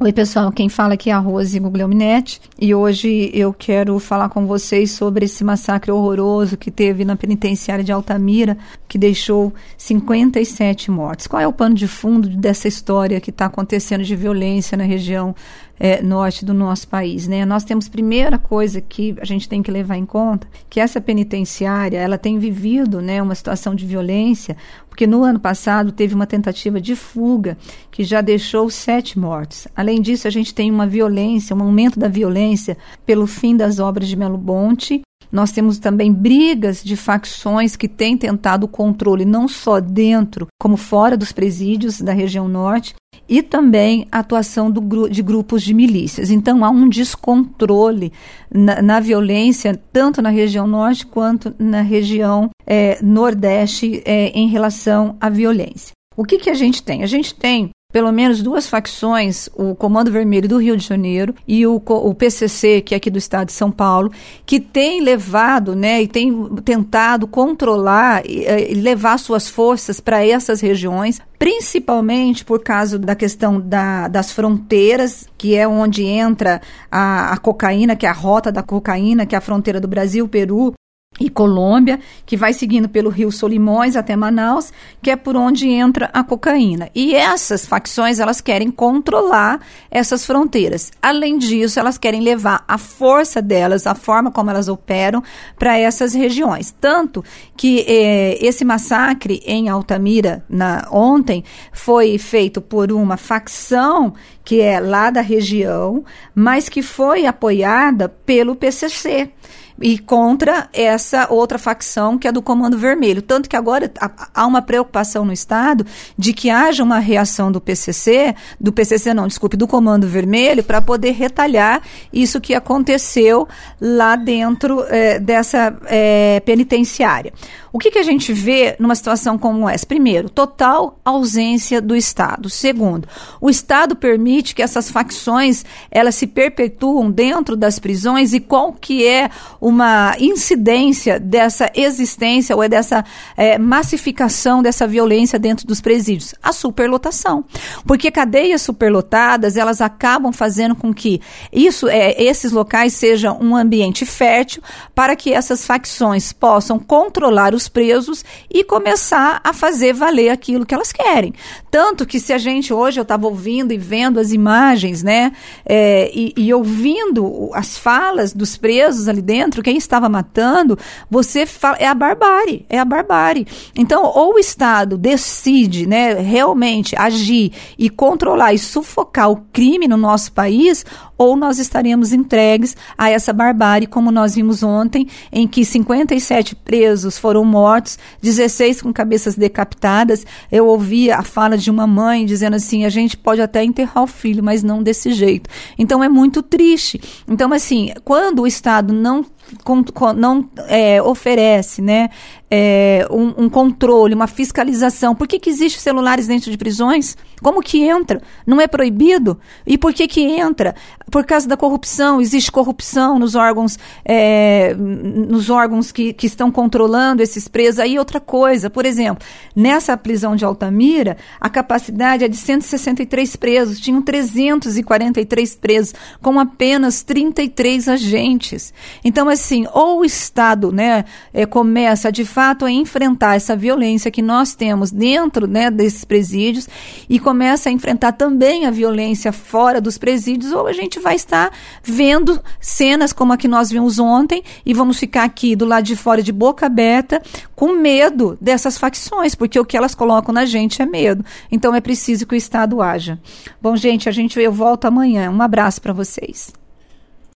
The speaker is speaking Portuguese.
Oi pessoal, quem fala aqui é a Rose Guglielminetti e hoje eu quero falar com vocês sobre esse massacre horroroso que teve na penitenciária de Altamira, que deixou 57 mortes. Qual é o pano de fundo dessa história que está acontecendo de violência na região norte do nosso país, né? Nós temos, primeira coisa que a gente tem que levar em conta, que essa penitenciária, ela tem vivido, né, uma situação de violência, porque no ano passado teve uma tentativa de fuga que já deixou 7 mortos. Além disso, a gente tem uma violência, um aumento da violência pelo fim das obras de Melo Bonte. Nós temos também brigas de facções que têm tentado o controle não só dentro, como fora dos presídios da região norte, e também a atuação de grupos de milícias. Então, há um descontrole na violência, tanto na região norte quanto na região nordeste em relação à violência. O que a gente tem? A gente tem pelo menos 2 facções, o Comando Vermelho do Rio de Janeiro e o PCC, que é aqui do estado de São Paulo, que tem levado, né, e tem tentado controlar e levar suas forças para essas regiões, principalmente por causa da questão das fronteiras, que é onde entra a cocaína, que é a rota da cocaína, que é a fronteira do Brasil, Peru e Colômbia, que vai seguindo pelo Rio Solimões até Manaus, que é por onde entra a cocaína. E essas facções, elas querem controlar essas fronteiras. Além disso, elas querem levar a força delas, a forma como elas operam, para essas regiões. Tanto que esse massacre em Altamira, ontem, foi feito por uma facção que é lá da região, mas que foi apoiada pelo PCC. E contra essa outra facção que é do Comando Vermelho. Tanto que agora há uma preocupação no Estado de que haja uma reação do Comando Vermelho, para poder retalhar isso que aconteceu lá dentro dessa penitenciária. O que a gente vê numa situação como essa? Primeiro, total ausência do Estado. Segundo, o Estado permite que essas facções elas se perpetuam dentro das prisões, e qual que é uma incidência dessa existência ou dessa massificação dessa violência dentro dos presídios? A superlotação. Porque cadeias superlotadas, elas acabam fazendo com que esses locais sejam um ambiente fértil para que essas facções possam controlar os presos e começar a fazer valer aquilo que elas querem. Tanto que se a gente hoje, eu estava ouvindo e vendo as imagens, né, e ouvindo as falas dos presos ali dentro, quem estava matando, você fala, é a barbárie. Então, ou o Estado decide, né, realmente agir e controlar e sufocar o crime no nosso país, ou nós estaremos entregues a essa barbárie, como nós vimos ontem, em que 57 presos foram mortos, 16 com cabeças decapitadas. Eu ouvi a fala de uma mãe dizendo assim, a gente pode até enterrar o filho, mas não desse jeito. Então é muito triste. Então, assim, quando o Estado não oferece, né, um controle, uma fiscalização. Por que existe celulares dentro de prisões? Como que entra? Não é proibido? E por que entra? Por causa da corrupção. Existe corrupção nos órgãos que estão controlando esses presos. Aí outra coisa, por exemplo, nessa prisão de Altamira, a capacidade é de 163 presos, tinham 343 presos, com apenas 33 agentes. Então, assim, ou o Estado, né, começa de fato a enfrentar essa violência que nós temos dentro, né, desses presídios, e começa a enfrentar também a violência fora dos presídios, ou a gente vai estar vendo cenas como a que nós vimos ontem e vamos ficar aqui do lado de fora de boca aberta com medo dessas facções, porque o que elas colocam na gente é medo. Então é preciso que o Estado haja. Bom, gente, eu volto amanhã. Um abraço para vocês.